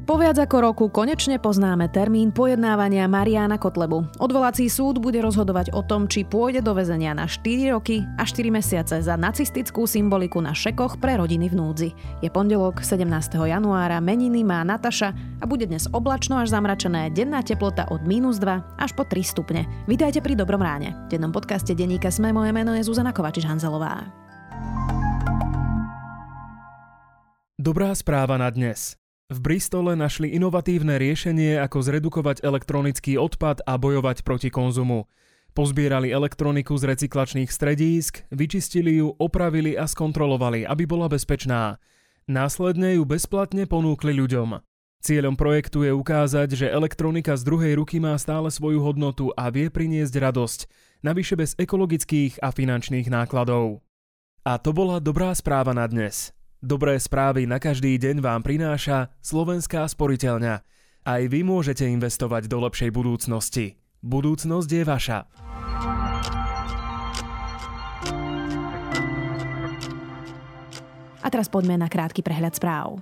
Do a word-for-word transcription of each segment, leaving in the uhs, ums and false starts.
Po viac ako roku konečne poznáme termín pojednávania Mariána Kotlebu. Odvolací súd bude rozhodovať o tom, či pôjde do väzenia na štyri roky a štyri mesiace za nacistickú symboliku na šekoch pre rodiny v núdzi. Je pondelok, sedemnásteho januára, meniny má Nataša a bude dnes oblačno až zamračené, denná teplota od mínus dva až po tri stupne. Vítajte pri Dobrom ráne. V dennom podcaste denníka SME moje meno je Zuzana Kovačič-Hanzelová. Dobrá správa na dnes. V Bristole našli inovatívne riešenie, ako zredukovať elektronický odpad a bojovať proti konzumu. Pozbierali elektroniku z recyklačných stredísk, vyčistili ju, opravili a skontrolovali, aby bola bezpečná. Následne ju bezplatne ponúkli ľuďom. Cieľom projektu je ukázať, že elektronika z druhej ruky má stále svoju hodnotu a vie priniesť radosť, navyše bez ekologických a finančných nákladov. A to bola dobrá správa na dnes. Dobré správy na každý deň vám prináša Slovenská sporiteľňa. Aj vy môžete investovať do lepšej budúcnosti. Budúcnosť je vaša. A teraz poďme na krátky prehľad správ.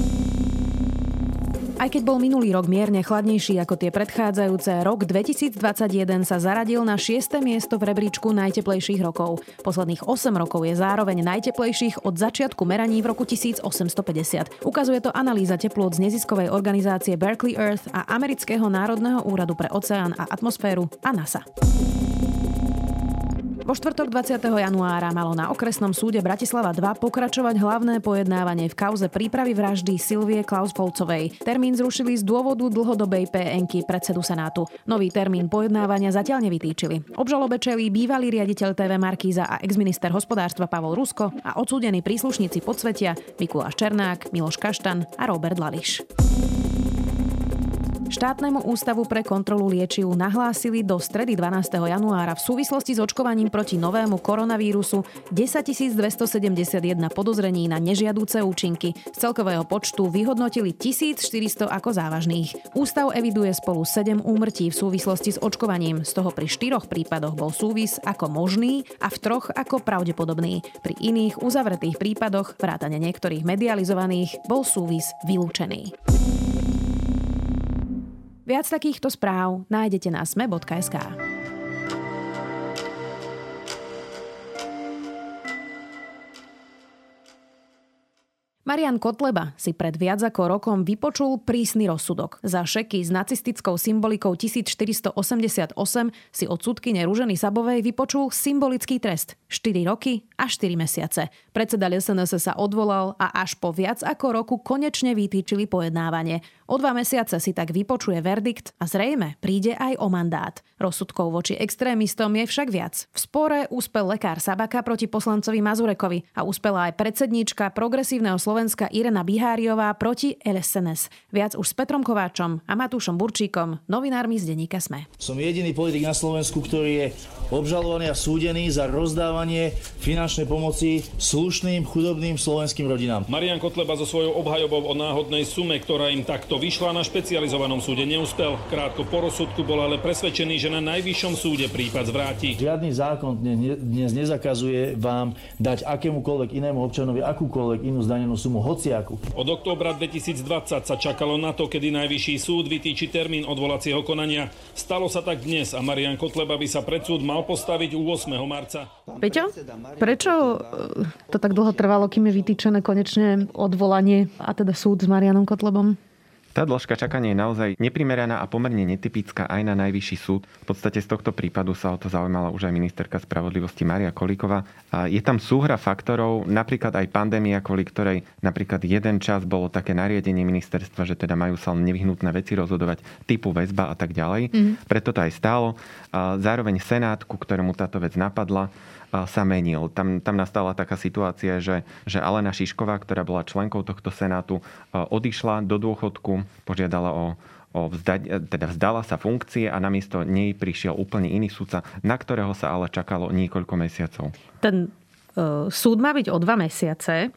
Aj keď bol minulý rok mierne chladnejší ako tie predchádzajúce, rok dvetisícdvadsaťjeden sa zaradil na šieste miesto v rebríčku najteplejších rokov. Posledných osem rokov je zároveň najteplejších od začiatku meraní v roku tisícosemstopäťdesiat. Ukazuje to analýza teplôt z neziskovej organizácie Berkeley Earth a Amerického národného úradu pre oceán a atmosféru a NASA. Vo štvrtok dvadsiateho januára malo na okresnom súde Bratislava dva pokračovať hlavné pojednávanie v kauze prípravy vraždy Silvie Klaus-Volcovej. Termín zrušili z dôvodu dlhodobej pé enky predsedu Senátu. Nový termín pojednávania zatiaľ nevytýčili. Obžalobe čelí bývalý riaditeľ té vé Markíza a exminister hospodárstva Pavol Rusko a odsúdení príslušníci podsvetia Mikuláš Černák, Miloš Kaštan a Robert Lališ. Štátnemu ústavu pre kontrolu liečiv nahlásili do stredy dvanásteho januára v súvislosti s očkovaním proti novému koronavírusu desaťtisícdvestosedemdesiatjeden podozrení na nežiaduce účinky. Z celkového počtu vyhodnotili tisícštyristo ako závažných. Ústav eviduje spolu sedem úmrtí v súvislosti s očkovaním. Z toho pri štyroch prípadoch bol súvis ako možný a v troch ako pravdepodobný. Pri iných uzavretých prípadoch, vrátane niektorých medializovaných, bol súvis vylúčený. Viac takýchto správ nájdete na sme bodka es ká. Marián Kotleba si pred viac ako rokom vypočul prísny rozsudok. Za šeky s nacistickou symbolikou tisícštyristoosemdesiatosem si od sudkyne Ruženy Sabovej vypočul symbolický trest štyri roky a štyri mesiace. Predseda es en es sa odvolal a až po viac ako roku konečne vytýčili pojednávanie. O dva mesiace si tak vypočuje verdikt a zrejme príde aj o mandát. Rozsudkov voči extrémistom je však viac. V spore úspel lekár Sabaka proti poslancovi Mazurekovi a úspela aj predsedníčka progresívneho Slovenska Irena Biháriová proti el es en es. Viac už s Petrom Kováčom a Matúšom Burčíkom, novinármi z denníka SME. Som jediný politik na Slovensku, ktorý je obžalovaný a súdený za rozdávanie finančnej pomoci slušným, chudobným slovenským rodinám. Marián Kotleba so svojou obhajobou o náhodnej sume, ktorá im takto vyšla na špecializovanom súde, neúspel. Krátko po rozsudku bol ale presvedčený, že na najvyššom súde prípad zvráti. Žiadny zákon dnes nezakazuje vám dať akémukoľvek inému občanovi akúkoľvek inú zdanenú sumu, hociaku. Od októbra dvetisícdvadsať sa čakalo na to, kedy najvyšší súd vytýči termín odvolacieho konania. Stalo sa tak dnes a Marián Kotleba by sa pred súd mal postaviť ôsmeho marca. Peťo, prečo to tak dlho trvalo, kým je vytýčené konečne odvolanie a teda súd s Mariánom Kotlebom? Tá dĺžka čakania je naozaj neprimeraná a pomerne netypická aj na najvyšší súd. V podstate z tohto prípadu sa o to zaujímala už aj ministerka spravodlivosti Mária Kolíková. Je tam súhra faktorov, napríklad aj pandémia, kvôli ktorej napríklad jeden čas bolo také nariadenie ministerstva, že teda majú sa nevyhnutné veci rozhodovať, typu väzba a tak ďalej. Mm. Preto to aj stálo. Zároveň Senát, ku ktorému táto vec napadla, sa menil. Tam, tam nastala taká situácia, že, že Alena Šišková, ktorá bola členkou tohto Senátu, odišla do dôchodku, požiadala o, o vzdať, teda vzdala sa funkcie a namiesto nej prišiel úplne iný sudca, na ktorého sa ale čakalo niekoľko mesiacov. Ten uh, súd má byť o dva mesiace.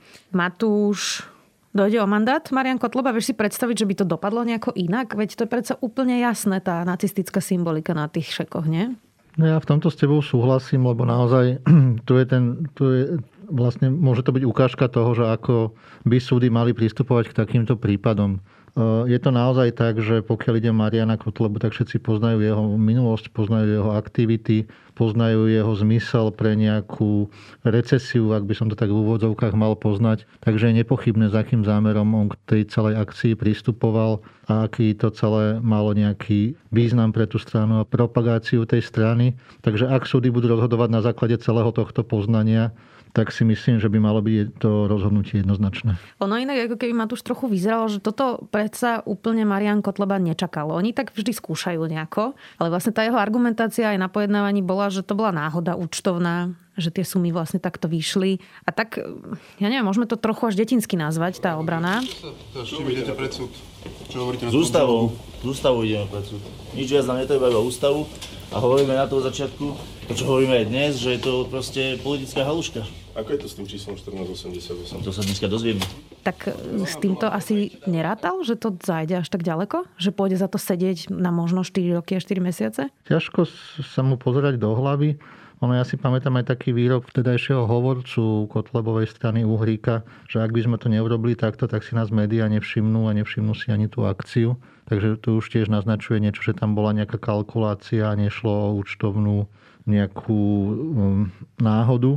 Matúš, dojde o mandát? Marián Kotleba, vieš si predstaviť, že by to dopadlo nejako inak? Veď to je predsa úplne jasné, tá nacistická symbolika na tých šekoch, nie? No ja v tomto s tebou súhlasím, lebo naozaj tu je ten, tu je, vlastne môže to byť ukážka toho, že ako by súdy mali pristupovať k takýmto prípadom. Je to naozaj tak, že pokiaľ ide Mariana Kotlebu, tak všetci poznajú jeho minulosť, poznajú jeho aktivity, poznajú jeho zmysel pre nejakú recesiu, ak by som to tak v úvodzovkách mal poznať. Takže je nepochybné, s akým zámerom on k tej celej akcii pristupoval a aký to celé malo nejaký význam pre tú stranu a propagáciu tej strany. Takže ak súdy budú rozhodovať na základe celého tohto poznania, tak si myslím, že by malo byť to rozhodnutie jednoznačné. Ono inak, ako keby ma tu už trochu vyzeralo, že toto predsa úplne Marian Kotleba nečakal. Oni tak vždy skúšajú nejako, ale vlastne tá jeho argumentácia aj na pojednávaní bola, že to bola náhoda účtovná, že tie sumy vlastne takto vyšli. A tak, ja neviem, môžeme to trochu až detinsky nazvať, tá obrana. Čo idete pred súd? Čo hovoríte na Z ústavou. Z ústavou ideme pred súd. Nič viac nám netreba, iba ústavu. A hovoríme na to od začiatku, to čo hovoríme aj dnes, že je to proste politická haluška. Ako je to s tým číslom štrnásť osemdesiatosem? To sa dneska dozvieme. Tak s týmto asi nerátal, že to zájde až tak ďaleko? Že pôjde za to sedieť na možno štyri roky a štyri mesiace? Ťažko sa mu pozerať do hlavy. Ono, ja si pamätám aj taký výrok vtedajšieho hovorcu Kotlebovej strany Uhríka, že ak by sme to neurobili takto, tak si nás médiá nevšimnú a nevšimnú si ani tú akciu. Takže to už tiež naznačuje niečo, že tam bola nejaká kalkulácia a nešlo o účtovnú nejakú um, náhodu.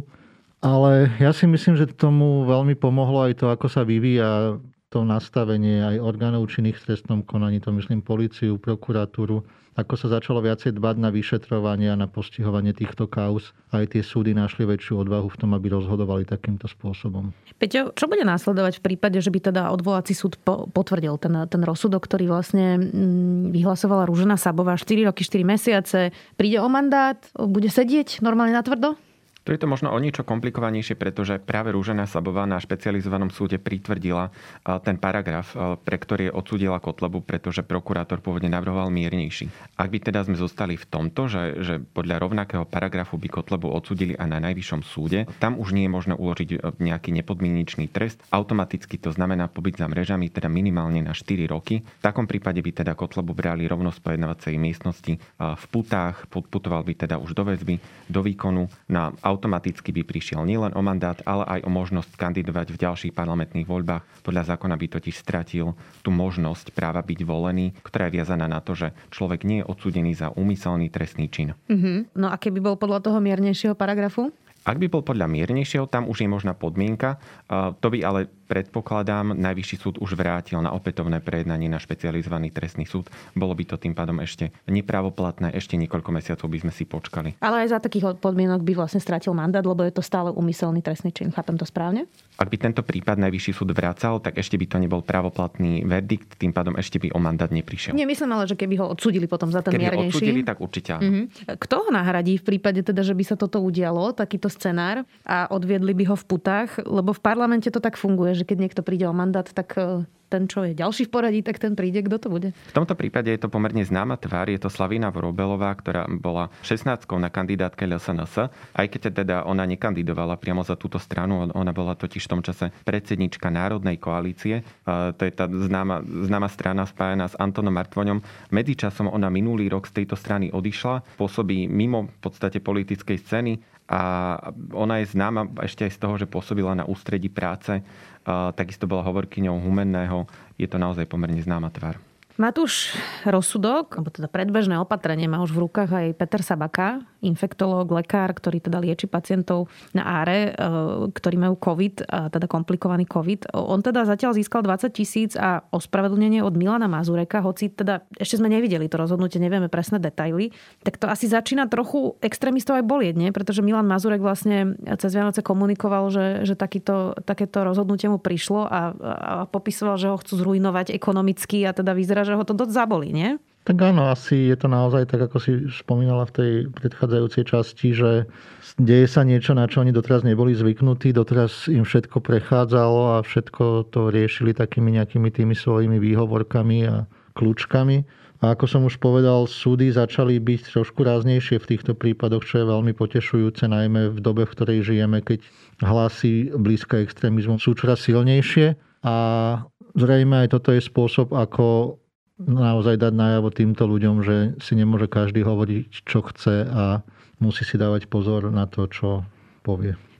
Ale ja si myslím, že tomu veľmi pomohlo aj to, ako sa vyvíja to nastavenie aj orgánov činných v trestnom konaní, to myslím políciu, prokuratúru, ako sa začalo viacej dbať na vyšetrovanie a na postihovanie týchto kauz. Aj tie súdy našli väčšiu odvahu v tom, aby rozhodovali takýmto spôsobom. Peťo, čo bude následovať v prípade, že by teda odvolací súd potvrdil ten, ten rozsudok, ktorý vlastne vyhlasovala Ružena Sabová štyri roky, štyri mesiace? Príde o mandát? Bude sedieť normálne natvrdo? Tu je to možno o niečo komplikovanejšie, pretože práve Ružena Sabová na špecializovanom súde pritvrdila ten paragraf, pre ktorý odsúdila Kotlebu, pretože prokurátor pôvodne navrhoval miernejší. Ak by teda sme zostali v tomto, že, že podľa rovnakého paragrafu by Kotlebu odsúdili aj na najvyššom súde, tam už nie je možné uložiť nejaký nepodmienečný trest. Automaticky to znamená pobyt za mrežami, teda minimálne na štyri roky. V takom prípade by teda Kotlebu brali rovno z pojednávacej miestnosti v putách, putoval by teda už do väzby, do výkonu na automaticky by prišiel nielen o mandát, ale aj o možnosť kandidovať v ďalších parlamentných voľbách. Podľa zákona by totiž stratil tú možnosť práva byť volený, ktorá je viazaná na to, že človek nie je odsúdený za úmyselný trestný čin. Mm-hmm. No a keby bol podľa toho miernejšieho paragrafu? Ak by bol podľa miernejšieho, tam už je možná podmienka. To by ale, predpokladám, Najvyšší súd už vrátil na opätovné prejednanie na špecializovaný trestný súd. Bolo by to tým pádom ešte nepravoplatné, ešte niekoľko mesiacov by sme si počkali. Ale aj za takých podmienok by vlastne stratil mandát, lebo je to stále úmyselný trestný čin. Chápem to správne? Ak by tento prípad Najvyšší súd vracal, tak ešte by to nebol pravoplatný verdikt, tým pádom ešte by o mandát neprišiel. Nemyslím ale, že keby ho odsúdili potom za ten keby miernejší. Keby ho odsúdili, tak určite áno. Mm-hmm. Kto ho nahradí v prípade teda, že by sa toto udialo, takýto scenár a odviedli by ho v putách? Lebo v parlamente to tak funguje, že keď niekto príde o mandát, tak ten, čo je ďalší v poradí, tak ten príde. Kto to bude? V tomto prípade je to pomerne známa tvár. Je to Slavína Vrobelová, ktorá bola šestnáctkou na kandidátke el es en es. Aj keď teda ona nekandidovala priamo za túto stranu. Ona bola totiž v tom čase predsednička Národnej koalície. To je tá známa, známa strana spájaná s Antonom Martvoňom. Medzičasom ona minulý rok z tejto strany odišla. Pôsobí mimo v podstate politickej scény. A ona je známa ešte aj z toho, že pôsobila na ústredí práce. Takisto bola hovorkyňou Humenného. Je to naozaj pomerne známa tvár. Matúš, rozsudok, alebo teda predbežné opatrenie má už v rukách aj Peter Sabaka, infektológ, lekár, ktorý teda lieči pacientov na áre, ktorí majú COVID, a teda komplikovaný COVID. On teda zatiaľ získal dvadsať tisíc a ospravedlnenie od Milana Mazureka, hoci teda ešte sme nevideli to rozhodnutie, nevieme presné detaily. Tak to asi začína trochu extrémistov aj bolieť, nie? Pretože Milan Mazurek vlastne cez Vianoce komunikoval, že, že takýto, takéto rozhodnutie mu prišlo a, a popisoval, že ho chcú zrujnovať ekonomicky a teda vyzerá, že ho to dosť zabolí, nie? Tak áno, asi je to naozaj tak, ako si spomínala v tej predchádzajúcej časti, že deje sa niečo, na čo oni doteraz neboli zvyknutí, doteraz im všetko prechádzalo a všetko to riešili takými nejakými tými svojimi výhovorkami a kľúčkami. A ako som už povedal, súdy začali byť trošku ráznejšie v týchto prípadoch, čo je veľmi potešujúce, najmä v dobe, v ktorej žijeme, keď hlasy blízka extrémizmu sú čoraz silnejšie. A zrejme aj toto je spôsob, ako naozaj dať najavo týmto ľuďom, že si nemôže každý hovoriť, čo chce a musí si dávať pozor na to, čo povie.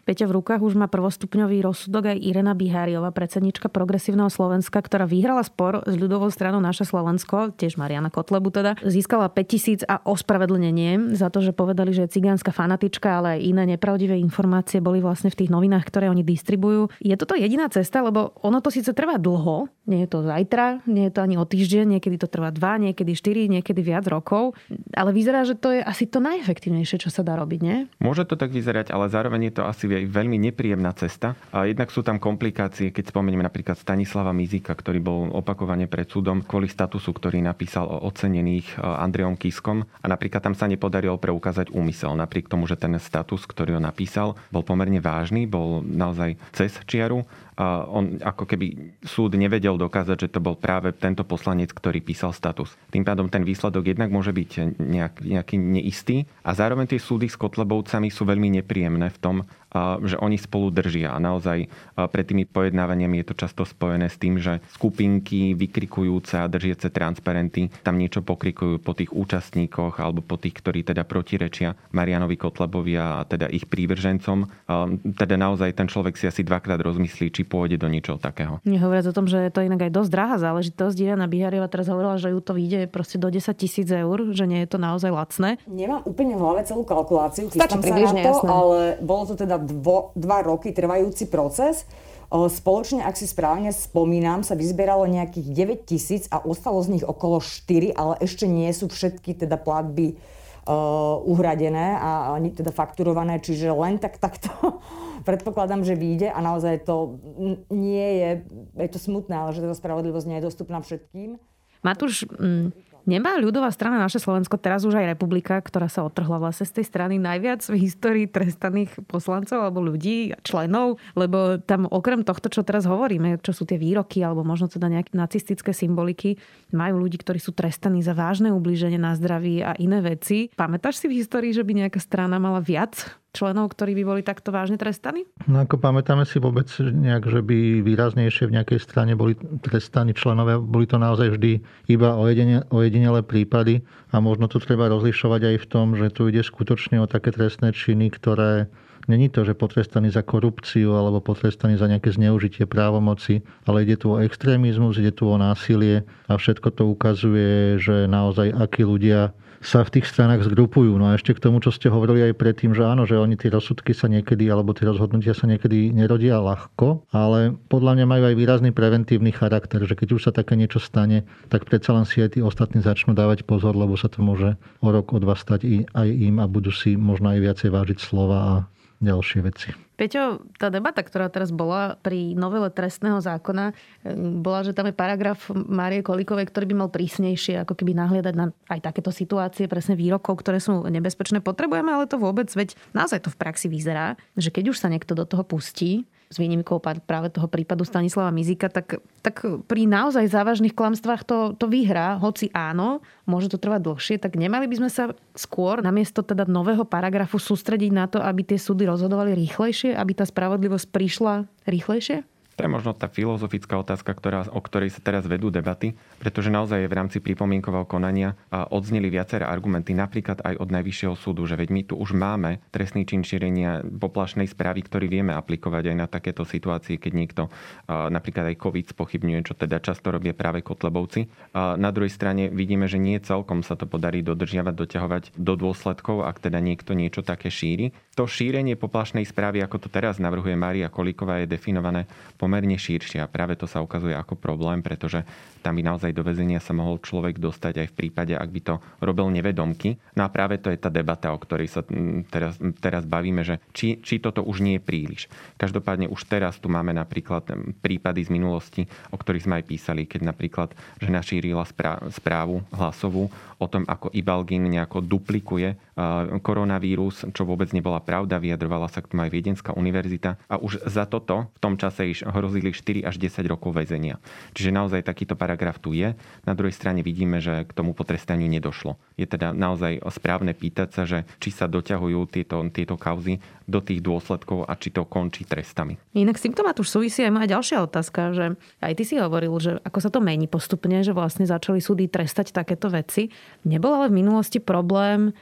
Peťo, v rukách už má prvostupňový rozsudok aj Irena Biháriová, predsednička Progresívneho Slovenska, ktorá vyhrala spor s ľudovou stranou Naše Slovensko, tiež Mariana Kotlebu teda, získala päťtisíc a ospravedlnenie za to, že povedali, že je cigánska fanatička, ale aj iné nepravdivé informácie boli vlastne v tých novinách, ktoré oni distribujú. Je toto jediná cesta, lebo ono to síce trvá dlho, nie je to zajtra, nie je to ani o týždeň, niekedy to trvá dva, niekedy štyri, niekedy viac rokov, ale vyzerá, že to je asi to najefektívnejšie, čo sa dá robiť, nie? Môže to tak vyzerať, ale zároveň je to asi aj veľmi nepríjemná cesta. A jednak sú tam komplikácie, keď spomenieme napríklad Stanislava Mizika, ktorý bol opakovane pred súdom kvôli statusu, ktorý napísal o ocenených Andrejom Kiskom. A napríklad tam sa nepodarilo preukázať úmysel. Napriek tomu, že ten status, ktorý on napísal, bol pomerne vážny, bol naozaj cez čiaru. A on ako keby súd nevedel dokázať, že to bol práve tento poslanec, ktorý písal status. Tým pádom ten výsledok jednak môže byť nejak, nejaký neistý a zároveň tie súdy s Kotlebovcami sú veľmi nepríjemné v tom, že oni spolu držia a naozaj pred tými pojednávaniami je to často spojené s tým, že skupinky vykrikujúce a držiace transparenty tam niečo pokrikujú po tých účastníkoch alebo po tých, ktorí teda protirečia Marianovi Kotlebovi a teda ich prívržencom. Teda naozaj ten človek si asi dvakrát rozmyslí, či pôjde do niečoho takého. Nehovoriac o tom, že je to inak aj dosť drahá záležitosť. Irena Biháriová teraz hovorila, že ju to vyjde proste do desať tisíc eur, že nie je to naozaj lacné. Nemám úplne v hlave celú kalkuláciu, chystám sa na to, jasné. Ale bolo to teda dvo, dva roky trvajúci proces. Spoločne, ak si správne spomínam, sa vyzbieralo nejakých deväť tisíc a ostalo z nich okolo štyri, ale ešte nie sú všetky teda platby uh, uhradené a ani teda fakturované, čiže len tak takto predpokladám, že vyjde a naozaj to nie je, je to smutné, ale že tá spravodlivosť nie je dostupná všetkým. Matúš, m- Nemá ľudová strana Naše Slovensko, teraz už aj Republika, ktorá sa odtrhla vlastne z tej strany, najviac v histórii trestaných poslancov alebo ľudí, členov, lebo tam okrem tohto, čo teraz hovoríme, čo sú tie výroky alebo možno teda nejaké nacistické symboliky, majú ľudí, ktorí sú trestaní za vážne ublíženie na zdraví a iné veci. Pamätáš si v histórii, že by nejaká strana mala viac členov, ktorí by boli takto vážne trestaní? No ako pamätáme si vôbec nejak, že by výraznejšie v nejakej strane boli trestaní členovia. Boli to naozaj vždy iba ojedinelé prípady a možno tu treba rozlišovať aj v tom, že tu ide skutočne o také trestné činy, ktoré není to, že potrestaný za korupciu alebo potrestaný za nejaké zneužitie právomoci, ale ide tu o extrémizmus, ide tu o násilie a všetko to ukazuje, že naozaj akí ľudia sa v tých stranách zgrupujú. No a ešte k tomu, čo ste hovorili aj predtým, že áno, že oni tie rozsudky sa niekedy, alebo tie rozhodnutia sa niekedy nerodia ľahko, ale podľa mňa majú aj výrazný preventívny charakter, že keď už sa také niečo stane, tak predsa len si aj tí ostatní začnú dávať pozor, lebo sa to môže o rok, o dva stať aj im a budú si možno aj viacej vážiť slova a ďalšie veci. Peťo, tá debata, ktorá teraz bola pri novele trestného zákona, bola, že tam je paragraf Márie Kolíkovej, ktorý by mal prísnejšie ako keby nahliadať na aj takéto situácie, presne výrokov, ktoré sú nebezpečné. Potrebujeme ale to vôbec, veď naozaj to v praxi vyzerá, že keď už sa niekto do toho pustí, s výnimkou práve toho prípadu Stanislava Mizika, tak, tak pri naozaj závažných klamstvách to, to vyhrá, hoci áno, môže to trvať dlhšie, tak nemali by sme sa skôr namiesto teda nového paragrafu sústrediť na to, aby tie súdy rozhodovali rýchlejšie, aby tá spravodlivosť prišla rýchlejšie? To je možno tá filozofická otázka, ktorá, o ktorej sa teraz vedú debaty, pretože naozaj v rámci pripomienkového konania odzneli viaceré argumenty, napríklad aj od Najvyššieho súdu, že veď my tu už máme trestný čin šírenia poplašnej správy, ktorý vieme aplikovať aj na takéto situácie, keď niekto napríklad aj COVID spochybňuje, čo teda často robia práve Kotlebovci. Na druhej strane vidíme, že nie celkom sa to podarí dodržiavať, doťahovať do dôsledkov, ak teda niekto niečo také šíri. To šírenie poplašnej správy, ako to teraz navrhuje Mária Kolíková, je definované pomerne širšie a práve to sa ukazuje ako problém, pretože tam by naozaj do väzenia sa mohol človek dostať aj v prípade, ak by to robil nevedomky. No a práve to je tá debata, o ktorej sa teraz, teraz bavíme, že či, či toto už nie je príliš. Každopádne už teraz tu máme napríklad prípady z minulosti, o ktorých sme aj písali, keď napríklad žena šírila správu hlasovú o tom, ako Ibalgin nejako duplikuje koronavírus, čo vôbec nebola pravda, vyjadrovala sa k tomu aj Viedenská univerzita a už za toto v tom čase iš hrozili štyri až desať rokov väzenia. Čiže naozaj takýto paragraf tu je. Na druhej strane vidíme, že k tomu potrestaniu nedošlo. Je teda naozaj správne pýtať sa, že či sa doťahujú tieto, tieto kauzy do tých dôsledkov a či to končí trestami. Inak s týmto ma tu súvisí aj moja ďalšia otázka, že aj ty si hovoril, že ako sa to mení postupne, že vlastne začali súdy trestať takéto veci. Nebol ale v minulosti problém, že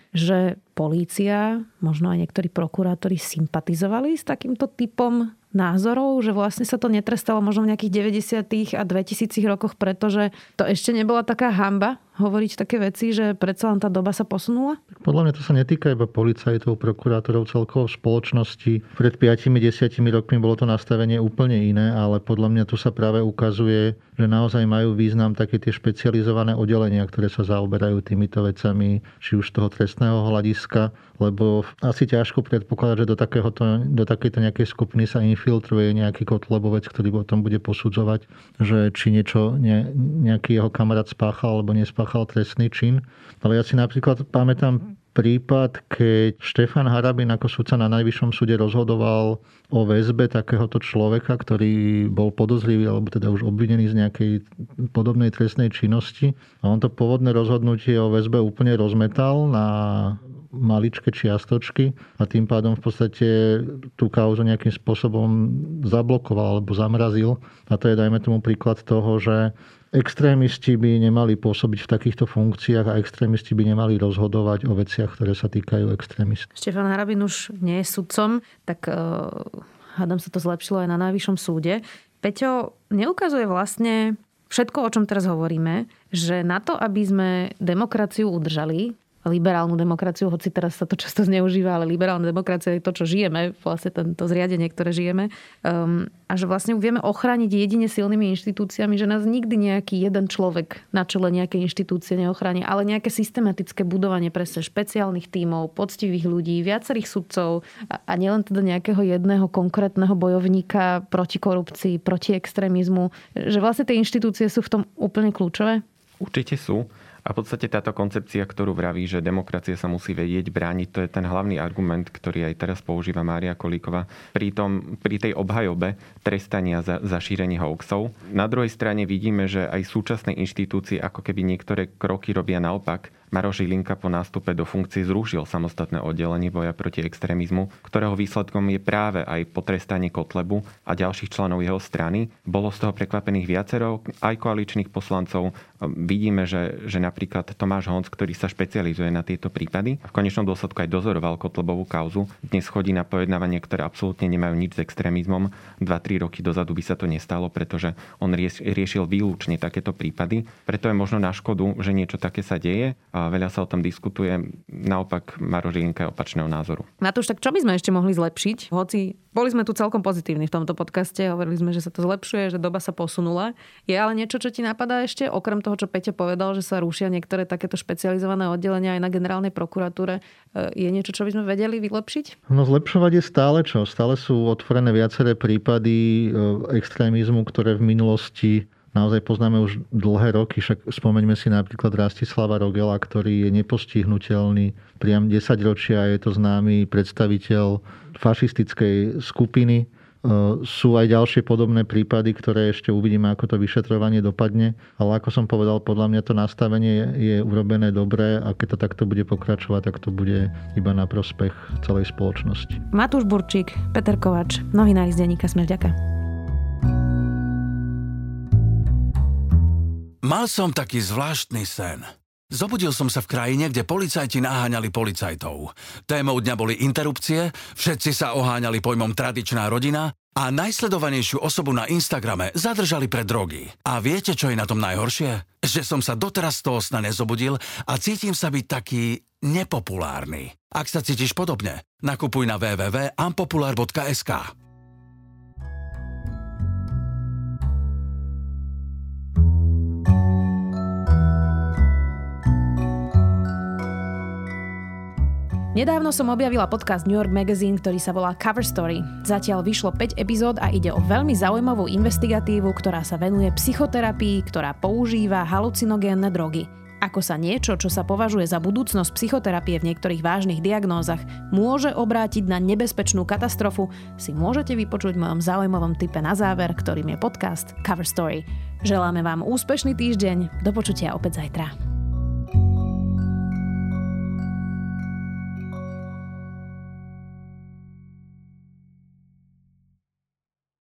že polícia, možno aj niektorí prokurátori sympatizovali s takýmto typom názorov, že vlastne sa to netrestalo možno v nejakých deväťdesiatych a dvetisícich rokoch, pretože to ešte nebola taká hanba hovoriť také veci, že predsa len tá doba sa posunula? Podľa mňa to sa netýka iba policajtov, prokurátorov, celkovo spoločnosti. Pred piatimi desiatimi rokmi bolo to nastavenie úplne iné, ale podľa mňa tu sa práve ukazuje, že naozaj majú význam také tie špecializované oddelenia, ktoré sa zaoberajú týmito vecami, či už z toho trestného hľadiska, lebo asi ťažko predpokladať, že do, takéhoto, do takejto nejakej skupiny sa infiltruje nejaký kotlebovec, ktorý potom bude posudzovať, že či niečo, ne, nejaký jeho kamarát spáchal alebo nespáchal trestný čin. Ale ja si napríklad pamätám prípad, keď Štefan Harabin ako sudca na Najvyššom súde rozhodoval o väzbe takéhoto človeka, ktorý bol podozrivý alebo teda už obvinený z nejakej podobnej trestnej činnosti. A on to pôvodné rozhodnutie o väzbe úplne rozmetal na maličké čiastočky a tým pádom v podstate tú kauzu nejakým spôsobom zablokoval alebo zamrazil. A to je, dajme tomu, príklad toho, že extrémisti by nemali pôsobiť v takýchto funkciách a extrémisti by nemali rozhodovať o veciach, ktoré sa týkajú extrémistov. Štefan Harabin už nie je sudcom, tak uh, hádam sa to zlepšilo aj na Najvyššom súde. Peťo, neukazuje vlastne všetko, o čom teraz hovoríme, že na to, aby sme demokraciu udržali, liberálnu demokraciu, hoci teraz sa to často zneužíva, ale liberálna demokracia je to, čo žijeme, vlastne tento zriadenie, ktoré žijeme. Um, a že vlastne vieme ochrániť jedine silnými inštitúciami, že nás nikdy nejaký jeden človek na čele nejakej inštitúcie neochráni, ale nejaké systematické budovanie presne špeciálnych tímov, poctivých ľudí, viacerých sudcov a, a nielen teda nejakého jedného konkrétneho bojovníka proti korupcii, proti extrémizmu. Že vlastne tie inštitúcie sú v tom úplne kľúčové? Určite sú. A v podstate táto koncepcia, ktorú vraví, že demokracia sa musí vedieť brániť, to je ten hlavný argument, ktorý aj teraz používa Mária Kolíková pri, tom, pri tej obhajobe trestania za, za šírenie hoaxov. Na druhej strane vidíme, že aj súčasné inštitúcie ako keby niektoré kroky robia naopak. Maroš Žilinka po nástupe do funkcie zrušil samostatné oddelenie boja proti extrémizmu, ktorého výsledkom je práve aj potrestanie Kotlebu a ďalších členov jeho strany. Bolo z toho prekvapených viacero, aj koaličných poslancov. Vidíme, že, že napríklad Tomáš Honc, ktorý sa špecializuje na tieto prípady, v konečnom dôsledku aj dozoroval Kotlebovú kauzu, dnes chodí na pojednávanie, ktoré absolútne nemajú nič s extrémizmom. dva tri roky dozadu by sa to nestalo, pretože on rieš, riešil výlučne takéto prípady. Preto je možno na škodu, že niečo také sa deje. Veľa sa o tom diskutuje. Naopak Maroš Žilinka je opačného názoru. Matúš, tak čo by sme ešte mohli zlepšiť? Hoci boli sme tu celkom pozitívni v tomto podcaste, hovorili sme, že sa to zlepšuje, že doba sa posunula. Je ale niečo, čo ti napadá ešte? Okrem toho, čo Peťo povedal, že sa rušia niektoré takéto špecializované oddelenia aj na generálnej prokuratúre, je niečo, čo by sme vedeli vylepšiť? No zlepšovať je stále čo? Stále sú otvorené viaceré prípady extrémizmu, ktoré v minulosti naozaj poznáme už dlhé roky, však spomeňme si napríklad Rastislava Rogela, ktorý je nepostihnutelný. Priam desaťročia je to známy predstaviteľ fašistickej skupiny. Sú aj ďalšie podobné prípady, ktoré ešte uvidíme, ako to vyšetrovanie dopadne. Ale ako som povedal, podľa mňa to nastavenie je urobené dobre a keď to takto bude pokračovať, tak to bude iba na prospech celej spoločnosti. Matúš Burčík, Peter Kovač, novinári z denníka Sme, vďaka. Mal som taký zvláštny sen. Zobudil som sa v krajine, kde policajti naháňali policajtov. Témou dňa boli interrupcie, všetci sa oháňali pojmom tradičná rodina a najsledovanejšiu osobu na Instagrame zadržali pre drogy. A viete, čo je na tom najhoršie? Že som sa doteraz z toho sna nezobudil a cítim sa byť taký nepopulárny. Ak sa cítiš podobne, nakupuj na w w w bodka unpopular bodka es ka. Nedávno som objavila podcast New York Magazine, ktorý sa volá Cover Story. Zatiaľ vyšlo päť epizód a ide o veľmi zaujímavú investigatívu, ktorá sa venuje psychoterapii, ktorá používa halucinogénne drogy. Ako sa niečo, čo sa považuje za budúcnosť psychoterapie v niektorých vážnych diagnózach, môže obrátiť na nebezpečnú katastrofu, si môžete vypočuť v mojom zaujímavom tipe na záver, ktorým je podcast Cover Story. Želáme vám úspešný týždeň, do počutia opäť zajtra.